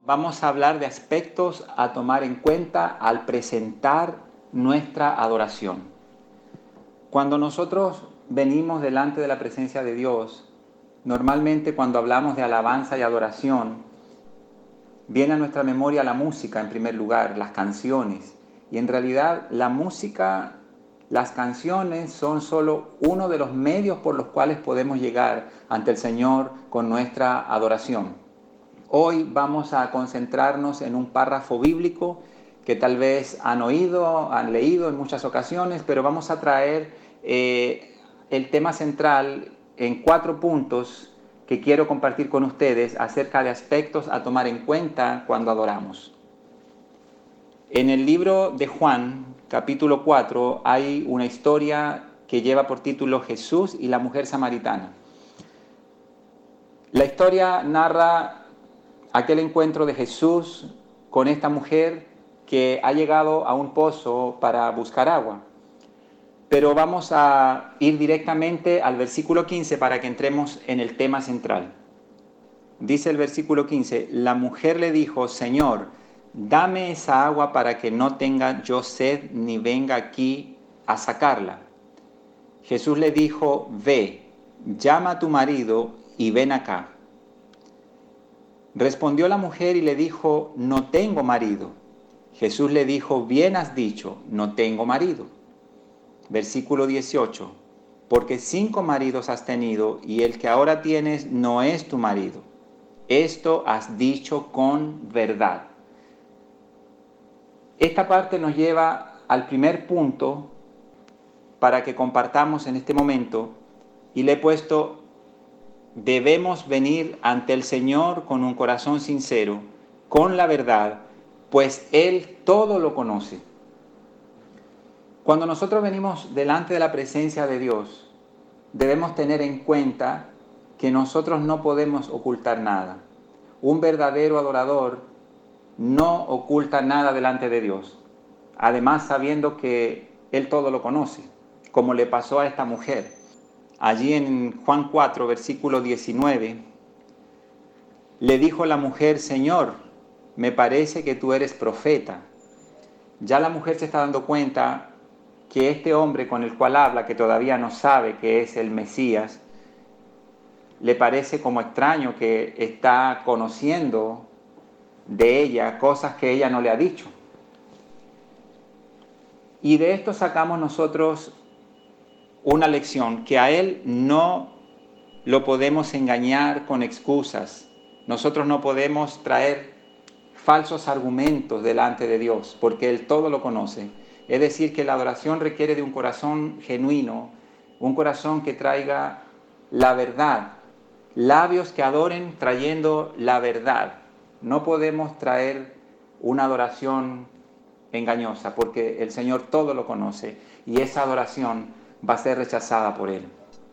Vamos a hablar de aspectos a tomar en cuenta al presentar nuestra adoración. Cuando nosotros venimos delante de la presencia de Dios, normalmente cuando hablamos de alabanza y adoración, viene a nuestra memoria la música en primer lugar, las canciones. Y en realidad la música, las canciones son solo uno de los medios por los cuales podemos llegar ante el Señor con nuestra adoración. Hoy vamos a concentrarnos en un párrafo bíblico que tal vez han oído, han leído en muchas ocasiones, pero vamos a traer el tema central en 4 puntos que quiero compartir con ustedes acerca de aspectos a tomar en cuenta cuando adoramos. En el libro de Juan, capítulo 4, hay una historia que lleva por título Jesús y la mujer samaritana. La historia narra aquel encuentro de Jesús con esta mujer que ha llegado a un pozo para buscar agua. Pero vamos a ir directamente al versículo 15 para que entremos en el tema central. Dice el versículo 15, la mujer le dijo, Señor, dame esa agua para que no tenga yo sed ni venga aquí a sacarla. Jesús le dijo, ve, llama a tu marido y ven acá. Respondió la mujer y le dijo, no tengo marido. Jesús le dijo, bien has dicho, no tengo marido. Versículo 18, porque 5 maridos has tenido y el que ahora tienes no es tu marido. Esto has dicho con verdad. Esta parte nos lleva al primer punto para que compartamos en este momento y le he puesto debemos venir ante el Señor con un corazón sincero, con la verdad, pues Él todo lo conoce. Cuando nosotros venimos delante de la presencia de Dios, debemos tener en cuenta que nosotros no podemos ocultar nada. Un verdadero adorador no oculta nada delante de Dios. Además, sabiendo que Él todo lo conoce, como le pasó a esta mujer. Allí en Juan 4, versículo 19, le dijo la mujer, Señor, me parece que tú eres profeta. Ya la mujer se está dando cuenta que este hombre con el cual habla, que todavía no sabe que es el Mesías, le parece como extraño que está conociendo de ella cosas que ella no le ha dicho. Y de esto sacamos nosotros una lección, que a Él no lo podemos engañar con excusas. Nosotros no podemos traer falsos argumentos delante de Dios, porque Él todo lo conoce. Es decir, que la adoración requiere de un corazón genuino, un corazón que traiga la verdad, labios que adoren trayendo la verdad. No podemos traer una adoración engañosa, porque el Señor todo lo conoce y esa adoración va a ser rechazada por Él.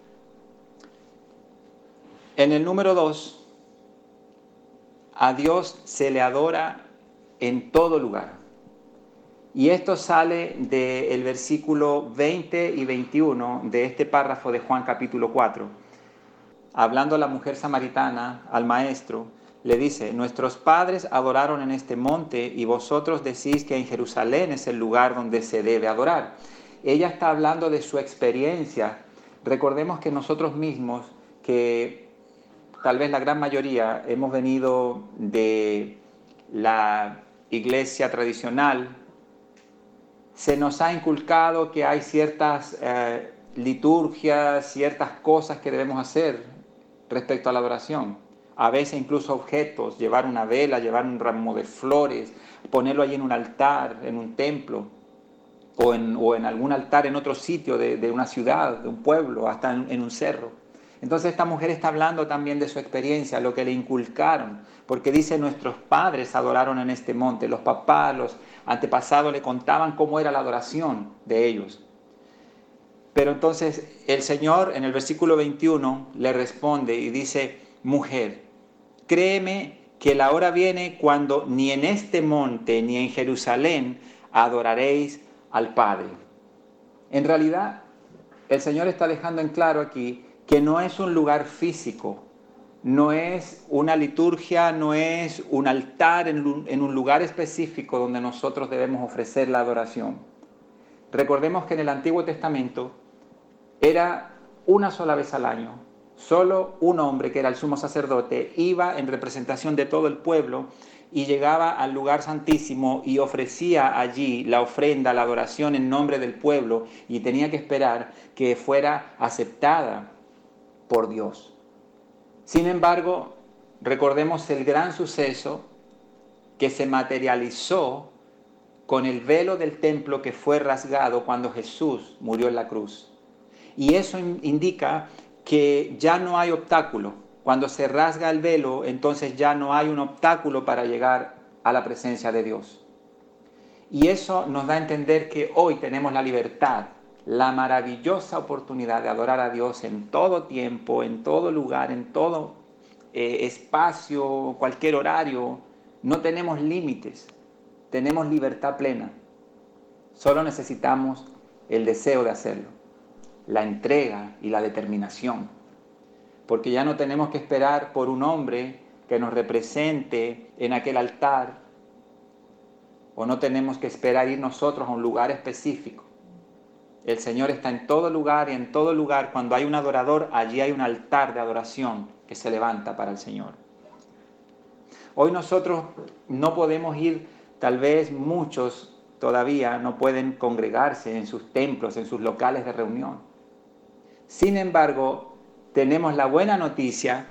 En el número 2, a Dios se le adora en todo lugar. Y esto sale del versículo 20 y 21 de este párrafo de Juan capítulo 4. Hablando a la mujer samaritana, al maestro, le dice, nuestros padres adoraron en este monte y vosotros decís que en Jerusalén es el lugar donde se debe adorar. Ella está hablando de su experiencia. Recordemos que nosotros mismos, que tal vez la gran mayoría hemos venido de la iglesia tradicional, se nos ha inculcado que hay ciertas liturgias, ciertas cosas que debemos hacer respecto a la adoración. A veces incluso objetos, llevar una vela, llevar un ramo de flores, ponerlo allí en un altar, en un templo, o en algún altar en otro sitio de una ciudad, de un pueblo, hasta en un cerro. Entonces esta mujer está hablando también de su experiencia, lo que le inculcaron, porque dice, nuestros padres adoraron en este monte, los papás, los antepasados le contaban cómo era la adoración de ellos. Pero entonces el Señor en el versículo 21 le responde y dice, mujer, créeme que la hora viene cuando ni en este monte ni en Jerusalén adoraréis al Padre. En realidad, el Señor está dejando en claro aquí que no es un lugar físico no es una liturgia, no es un altar en un lugar específico donde nosotros debemos ofrecer la adoración. Recordemos que en el Antiguo Testamento era una sola vez al año. Solo un hombre, que era el sumo sacerdote, iba en representación de todo el pueblo y llegaba al lugar santísimo y ofrecía allí la ofrenda, la adoración en nombre del pueblo, y tenía que esperar que fuera aceptada por Dios. Sin embargo, recordemos el gran suceso que se materializó con el velo del templo que fue rasgado cuando Jesús murió en la cruz. Y eso indica que ya no hay obstáculo. Cuando se rasga el velo, entonces ya no hay un obstáculo para llegar a la presencia de Dios. Y eso nos da a entender que hoy tenemos la libertad, la maravillosa oportunidad de adorar a Dios en todo tiempo, en todo lugar, en todo espacio, cualquier horario. No tenemos límites, tenemos libertad plena. Solo necesitamos el deseo de hacerlo, la entrega y la determinación. Porque ya no tenemos que esperar por un hombre que nos represente en aquel altar, o no tenemos que esperar ir nosotros a un lugar específico. El Señor está en todo lugar, y en todo lugar, cuando hay un adorador, allí hay un altar de adoración que se levanta para el Señor. Hoy nosotros no podemos ir, tal vez muchos todavía no pueden congregarse en sus templos, en sus locales de reunión. Sin embargo, tenemos la buena noticia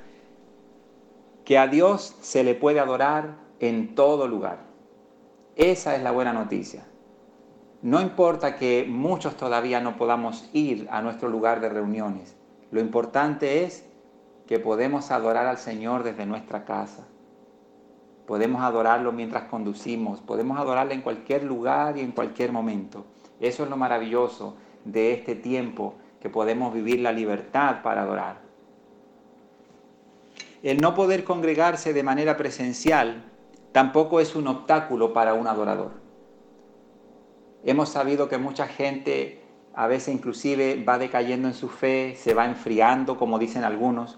que a Dios se le puede adorar en todo lugar. Esa es la buena noticia. No importa que muchos todavía no podamos ir a nuestro lugar de reuniones. Lo importante es que podemos adorar al Señor desde nuestra casa. Podemos adorarlo mientras conducimos. Podemos adorarlo en cualquier lugar y en cualquier momento. Eso es lo maravilloso de este tiempo, que podemos vivir la libertad para adorar. El no poder congregarse de manera presencial tampoco es un obstáculo para un adorador. Hemos sabido que mucha gente a veces inclusive va decayendo en su fe, se va enfriando, como dicen algunos,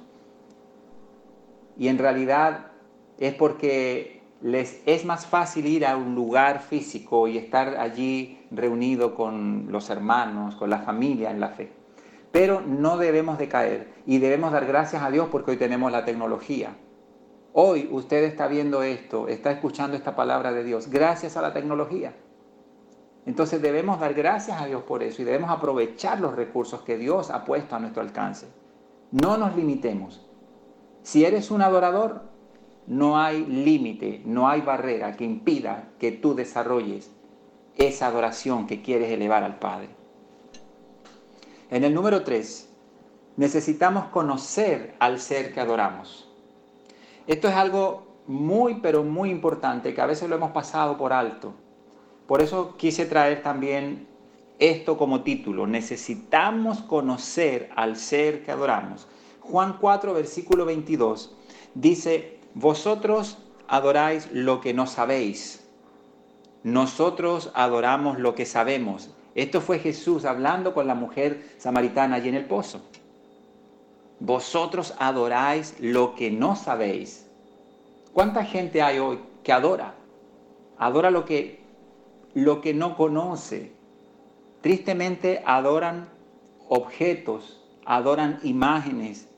y en realidad es porque les es más fácil ir a un lugar físico y estar allí reunido con los hermanos, con la familia en la fe. Pero no debemos decaer y debemos dar gracias a Dios porque hoy tenemos la tecnología. Hoy usted está viendo esto, está escuchando esta palabra de Dios gracias a la tecnología. Entonces debemos dar gracias a Dios por eso y debemos aprovechar los recursos que Dios ha puesto a nuestro alcance. No nos limitemos. Si eres un adorador, no hay límite, no hay barrera que impida que tú desarrolles esa adoración que quieres elevar al Padre. En el número 3, necesitamos conocer al ser que adoramos. Esto es algo muy, pero muy importante, que a veces lo hemos pasado por alto. Por eso quise traer también esto como título: necesitamos conocer al ser que adoramos. Juan 4, versículo 22, dice: vosotros adoráis lo que no sabéis, nosotros adoramos lo que sabemos. Esto fue Jesús hablando con la mujer samaritana allí en el pozo. Vosotros adoráis lo que no sabéis. ¿Cuánta gente hay hoy que adora? Adora lo que no conoce. Tristemente adoran objetos, adoran imágenes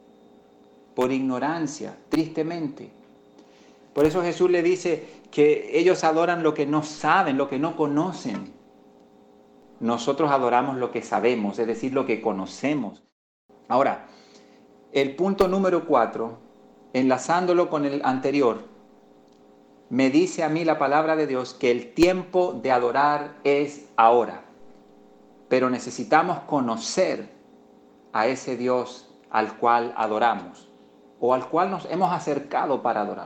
por ignorancia, tristemente. Por eso Jesús le dice que ellos adoran lo que no saben, lo que no conocen. Nosotros adoramos lo que sabemos, es decir, lo que conocemos. Ahora, el punto número 4, enlazándolo con el anterior, me dice a mí la palabra de Dios que el tiempo de adorar es ahora. Pero necesitamos conocer a ese Dios al cual adoramos o al cual nos hemos acercado para adorar.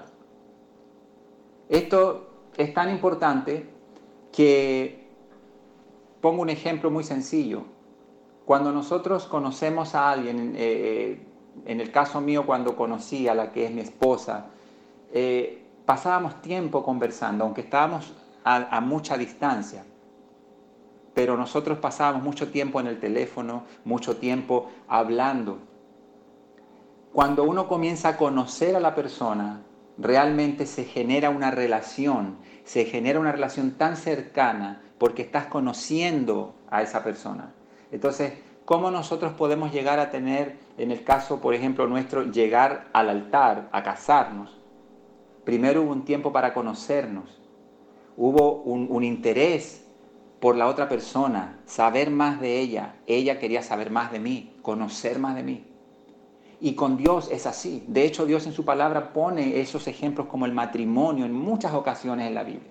Esto es tan importante que pongo un ejemplo muy sencillo. Cuando nosotros conocemos a alguien, en el caso mío, cuando conocí a la que es mi esposa, pasábamos tiempo conversando, aunque estábamos a mucha distancia. Pero nosotros pasábamos mucho tiempo en el teléfono, mucho tiempo hablando. Cuando uno comienza a conocer a la persona, realmente se genera una relación tan cercana porque estás conociendo a esa persona. Entonces, ¿cómo nosotros podemos llegar a tener, en el caso, por ejemplo, nuestro, llegar al altar, a casarnos? Primero hubo un tiempo para conocernos, hubo un interés por la otra persona, saber más de ella quería saber más de mí, conocer más de mí. Y con Dios es así. De hecho, Dios en su palabra pone esos ejemplos como el matrimonio en muchas ocasiones en la Biblia.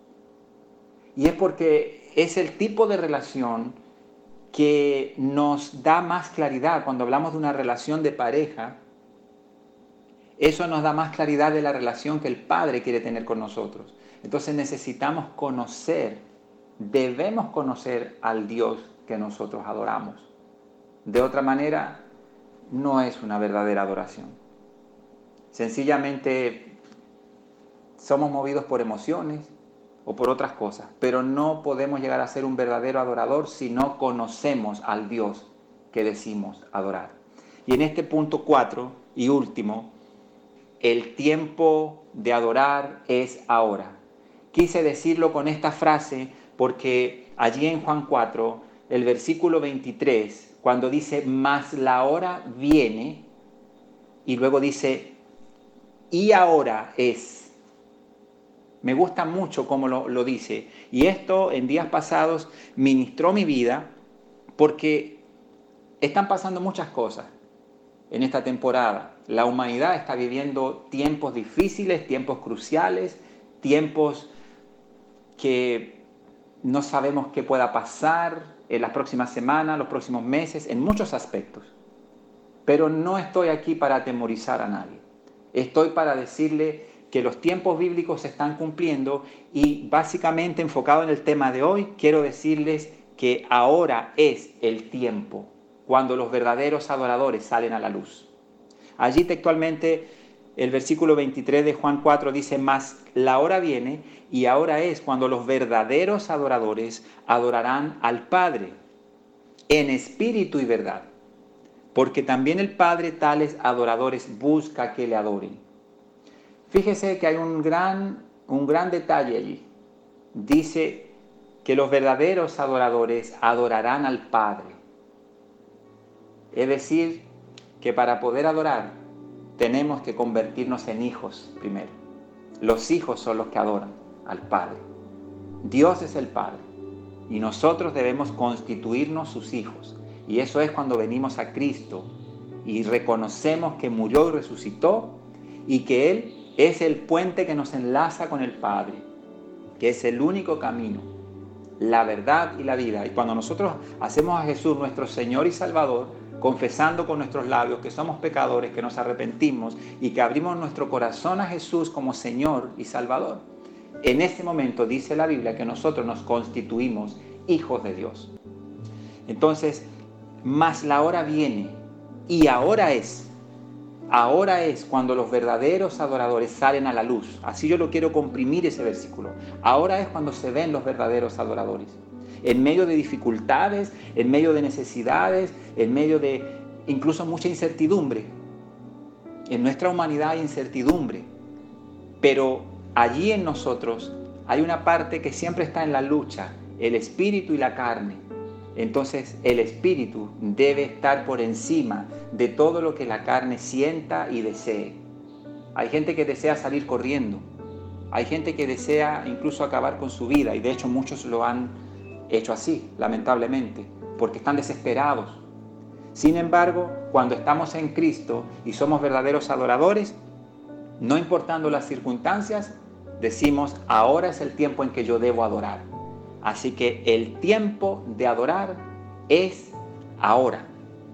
Y es porque es el tipo de relación que nos da más claridad. Cuando hablamos de una relación de pareja, eso nos da más claridad de la relación que el Padre quiere tener con nosotros. Entonces necesitamos conocer, debemos conocer al Dios que nosotros adoramos. De otra manera, no es una verdadera adoración. Sencillamente somos movidos por emociones o por otras cosas, pero no podemos llegar a ser un verdadero adorador si no conocemos al Dios que decimos adorar. Y en este punto 4 y último, el tiempo de adorar es ahora. Quise decirlo con esta frase porque allí en Juan 4, el versículo 23, cuando dice, mas la hora viene, y luego dice, y ahora es. Me gusta mucho cómo lo dice. Y esto en días pasados ministró mi vida porque están pasando muchas cosas en esta temporada. La humanidad está viviendo tiempos difíciles, tiempos cruciales, tiempos que no sabemos qué pueda pasar en las próximas semanas, los próximos meses, en muchos aspectos. Pero no estoy aquí para atemorizar a nadie. Estoy para decirle que los tiempos bíblicos se están cumpliendo y básicamente enfocado en el tema de hoy, quiero decirles que ahora es el tiempo cuando los verdaderos adoradores salen a la luz. Allí textualmente el versículo 23 de Juan 4 dice, mas la hora viene y ahora es cuando los verdaderos adoradores adorarán al Padre en espíritu y verdad. Porque también el Padre tales adoradores busca que le adoren. Fíjese que hay un gran detalle allí. Dice que los verdaderos adoradores adorarán al Padre. Es decir, que para poder adorar tenemos que convertirnos en hijos primero. Los hijos son los que adoran al Padre. Dios es el Padre y nosotros debemos constituirnos sus hijos. Y eso es cuando venimos a Cristo y reconocemos que murió y resucitó y que Él es el puente que nos enlaza con el Padre, que es el único camino, la verdad y la vida. Y cuando nosotros hacemos a Jesús nuestro Señor y Salvador, confesando con nuestros labios que somos pecadores, que nos arrepentimos y que abrimos nuestro corazón a Jesús como Señor y Salvador, en ese momento dice la Biblia que nosotros nos constituimos hijos de Dios. Entonces, mas la hora viene y ahora es cuando los verdaderos adoradores salen a la luz. Así yo lo quiero comprimir ese versículo. Ahora es cuando se ven los verdaderos adoradores. En medio de dificultades, en medio de necesidades, en medio de incluso mucha incertidumbre. En nuestra humanidad hay incertidumbre, pero allí en nosotros hay una parte que siempre está en la lucha, el espíritu y la carne. Entonces el espíritu debe estar por encima de todo lo que la carne sienta y desee. Hay gente que desea salir corriendo, hay gente que desea incluso acabar con su vida y de hecho muchos lo han hecho así, lamentablemente, porque están desesperados. Sin embargo, cuando estamos en Cristo y somos verdaderos adoradores, no importando las circunstancias, decimos, ahora es el tiempo en que yo debo adorar. Así que el tiempo de adorar es ahora.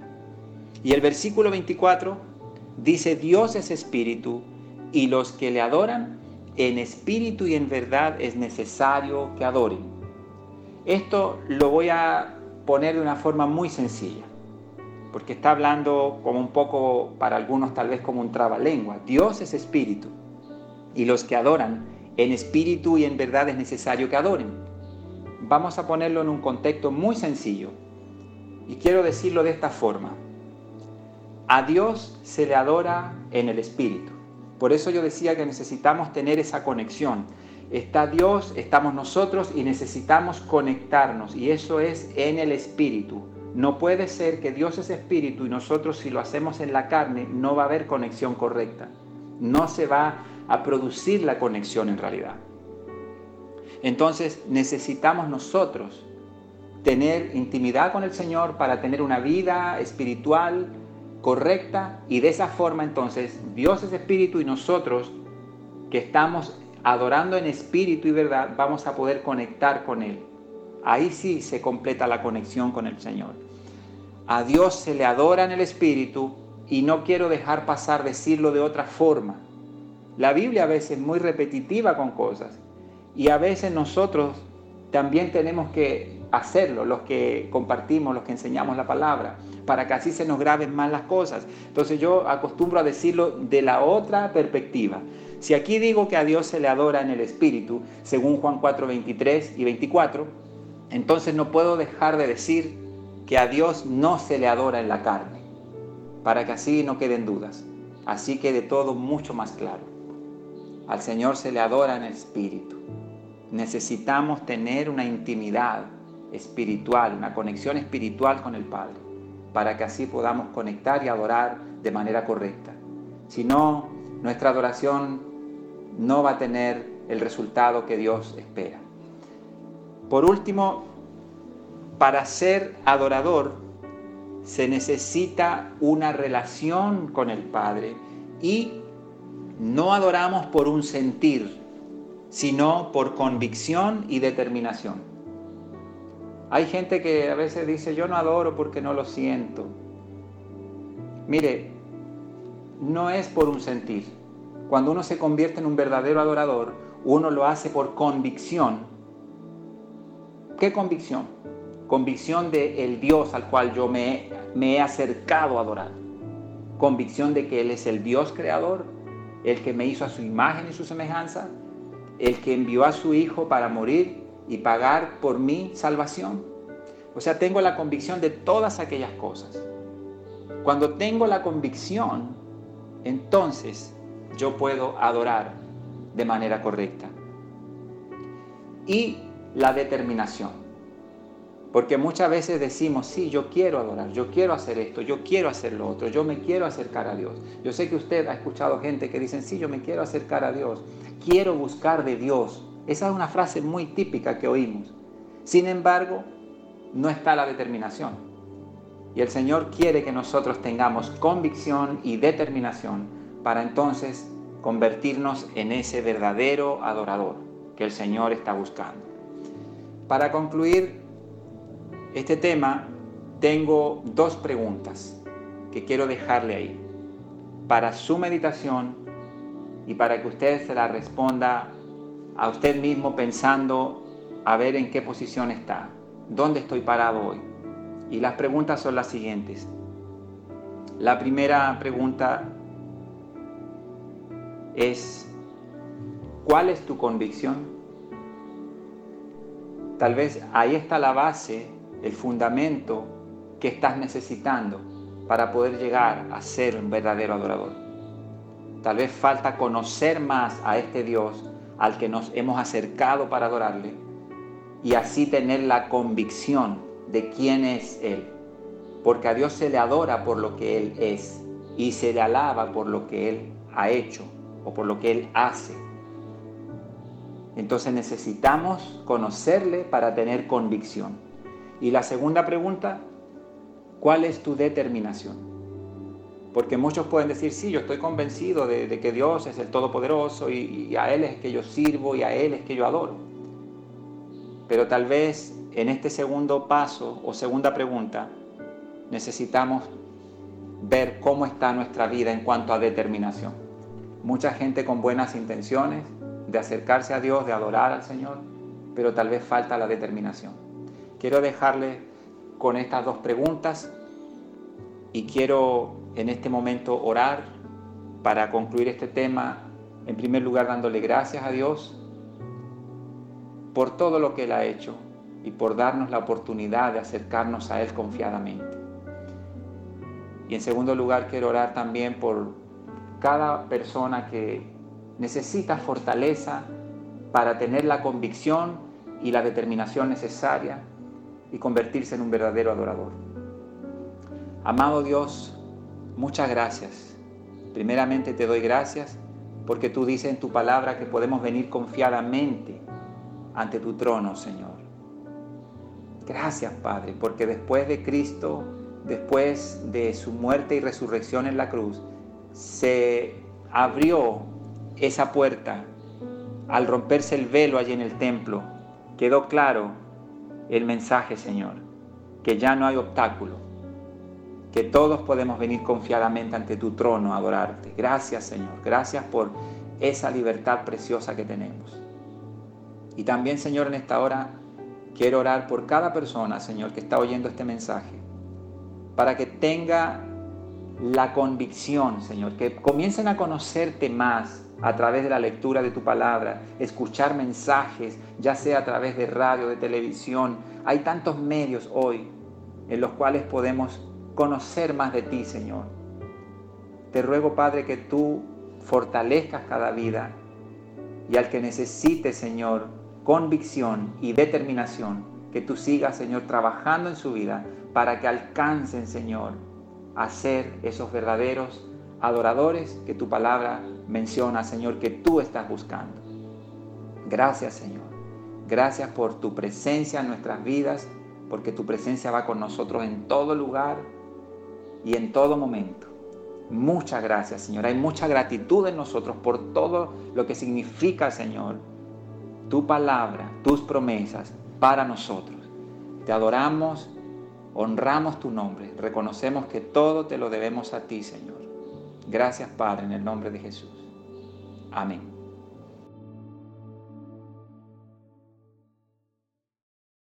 Y el versículo 24 dice, Dios es espíritu y los que le adoran en espíritu y en verdad es necesario que adoren. Esto lo voy a poner de una forma muy sencilla, porque está hablando como un poco, para algunos tal vez como un trabalengua. Dios es espíritu y los que adoran en espíritu y en verdad es necesario que adoren. Vamos a ponerlo en un contexto muy sencillo y quiero decirlo de esta forma. A Dios se le adora en el Espíritu. Por eso yo decía que necesitamos tener esa conexión. Está Dios, estamos nosotros y necesitamos conectarnos. Y eso es en el Espíritu. No puede ser que Dios es Espíritu y nosotros, si lo hacemos en la carne, no va a haber conexión correcta. No se va a producir la conexión en realidad. Entonces necesitamos nosotros tener intimidad con el Señor para tener una vida espiritual correcta, y de esa forma entonces Dios es Espíritu y nosotros que estamos adorando en espíritu y verdad vamos a poder conectar con Él. Ahí sí se completa la conexión con el Señor. A Dios se le adora en el Espíritu, y no quiero dejar pasar decirlo de otra forma. La Biblia a veces es muy repetitiva con cosas, y a veces nosotros también tenemos que hacerlo, los que compartimos, los que enseñamos la palabra, para que así se nos graben más las cosas. Entonces yo acostumbro a decirlo de la otra perspectiva. Si aquí digo que a Dios se le adora en el Espíritu, según Juan 4, 23 y 24, entonces no puedo dejar de decir que a Dios no se le adora en la carne, para que así no queden dudas. Así quede todo mucho más claro. Al Señor se le adora en el Espíritu. Necesitamos tener una intimidad espiritual, una conexión espiritual con el Padre, para que así podamos conectar y adorar de manera correcta. Si no, nuestra adoración no va a tener el resultado que Dios espera. Por último, para ser adorador se necesita una relación con el Padre, y no adoramos por un sentir, sino por convicción y determinación. Hay gente que a veces dice, yo no adoro porque no lo siento. Mire, no es por un sentir. Cuando uno se convierte en un verdadero adorador, uno lo hace por convicción. ¿Qué convicción? Convicción de el Dios al cual yo me he acercado a adorar. Convicción de que Él es el Dios creador, el que me hizo a su imagen y su semejanza, el que envió a su Hijo para morir y pagar por mi salvación. O sea, tengo la convicción de todas aquellas cosas. Cuando tengo la convicción, entonces yo puedo adorar de manera correcta. Y la determinación. Porque muchas veces decimos, sí, yo quiero adorar, yo quiero hacer esto, yo quiero hacer lo otro, yo me quiero acercar a Dios. Yo sé que usted ha escuchado gente que dicen, sí, yo me quiero acercar a Dios, quiero buscar de Dios. Esa es una frase muy típica que oímos. Sin embargo, no está la determinación. Y el Señor quiere que nosotros tengamos convicción y determinación para entonces convertirnos en ese verdadero adorador que el Señor está buscando. Para concluir este tema, tengo dos preguntas que quiero dejarle ahí para su meditación y para que usted se la responda a usted mismo pensando a ver en qué posición está, dónde estoy parado hoy. Y las preguntas son las siguientes. La primera pregunta es, ¿cuál es tu convicción? Tal vez ahí está la base, el fundamento que estás necesitando para poder llegar a ser un verdadero adorador. Tal vez falta conocer más a este Dios al que nos hemos acercado para adorarle, y así tener la convicción de quién es Él. Porque a Dios se le adora por lo que Él es, y se le alaba por lo que Él ha hecho o por lo que Él hace. Entonces necesitamos conocerle para tener convicción. Y la segunda pregunta, ¿cuál es tu determinación? Porque muchos pueden decir, sí, yo estoy convencido de que Dios es el Todopoderoso y a Él es que yo sirvo y a Él es que yo adoro. Pero tal vez en este segundo paso o segunda pregunta necesitamos ver cómo está nuestra vida en cuanto a determinación. Mucha gente con buenas intenciones de acercarse a Dios, de adorar al Señor, pero tal vez falta la determinación. Quiero dejarle con estas dos preguntas y quiero en este momento orar para concluir este tema, en primer lugar dándole gracias a Dios por todo lo que Él ha hecho y por darnos la oportunidad de acercarnos a Él confiadamente. Y en segundo lugar, quiero orar también por cada persona que necesita fortaleza para tener la convicción y la determinación necesaria y convertirse en un verdadero adorador. Amado Dios, muchas gracias. Primeramente te doy gracias porque tú dices en tu palabra que podemos venir confiadamente ante tu trono, Señor. Gracias, Padre, porque después de Cristo, después de su muerte y resurrección en la cruz, se abrió esa puerta. Al romperse el velo allí en el templo, quedó claro el mensaje, Señor, que ya no hay obstáculo, que todos podemos venir confiadamente ante tu trono a adorarte. Gracias, Señor, gracias por esa libertad preciosa que tenemos. Y también, Señor, en esta hora quiero orar por cada persona, Señor, que está oyendo este mensaje, para que tenga la convicción, Señor, que comiencen a conocerte más a través de la lectura de tu palabra, escuchar mensajes, ya sea a través de radio, de televisión. Hay tantos medios hoy en los cuales podemos conocer más de ti, Señor. Te ruego, Padre, que tú fortalezcas cada vida y al que necesite, Señor, convicción y determinación, que tú sigas, Señor, trabajando en su vida para que alcancen, Señor, a ser esos verdaderos adoradores que tu palabra menciona, Señor, que tú estás buscando. Gracias, Señor. Gracias por tu presencia en nuestras vidas, porque tu presencia va con nosotros en todo lugar y en todo momento. Muchas gracias, Señor. Hay mucha gratitud en nosotros por todo lo que significa, Señor, tu palabra, tus promesas para nosotros. Te adoramos, honramos tu nombre, reconocemos que todo te lo debemos a ti, Señor. Gracias, Padre, en el nombre de Jesús. Amén.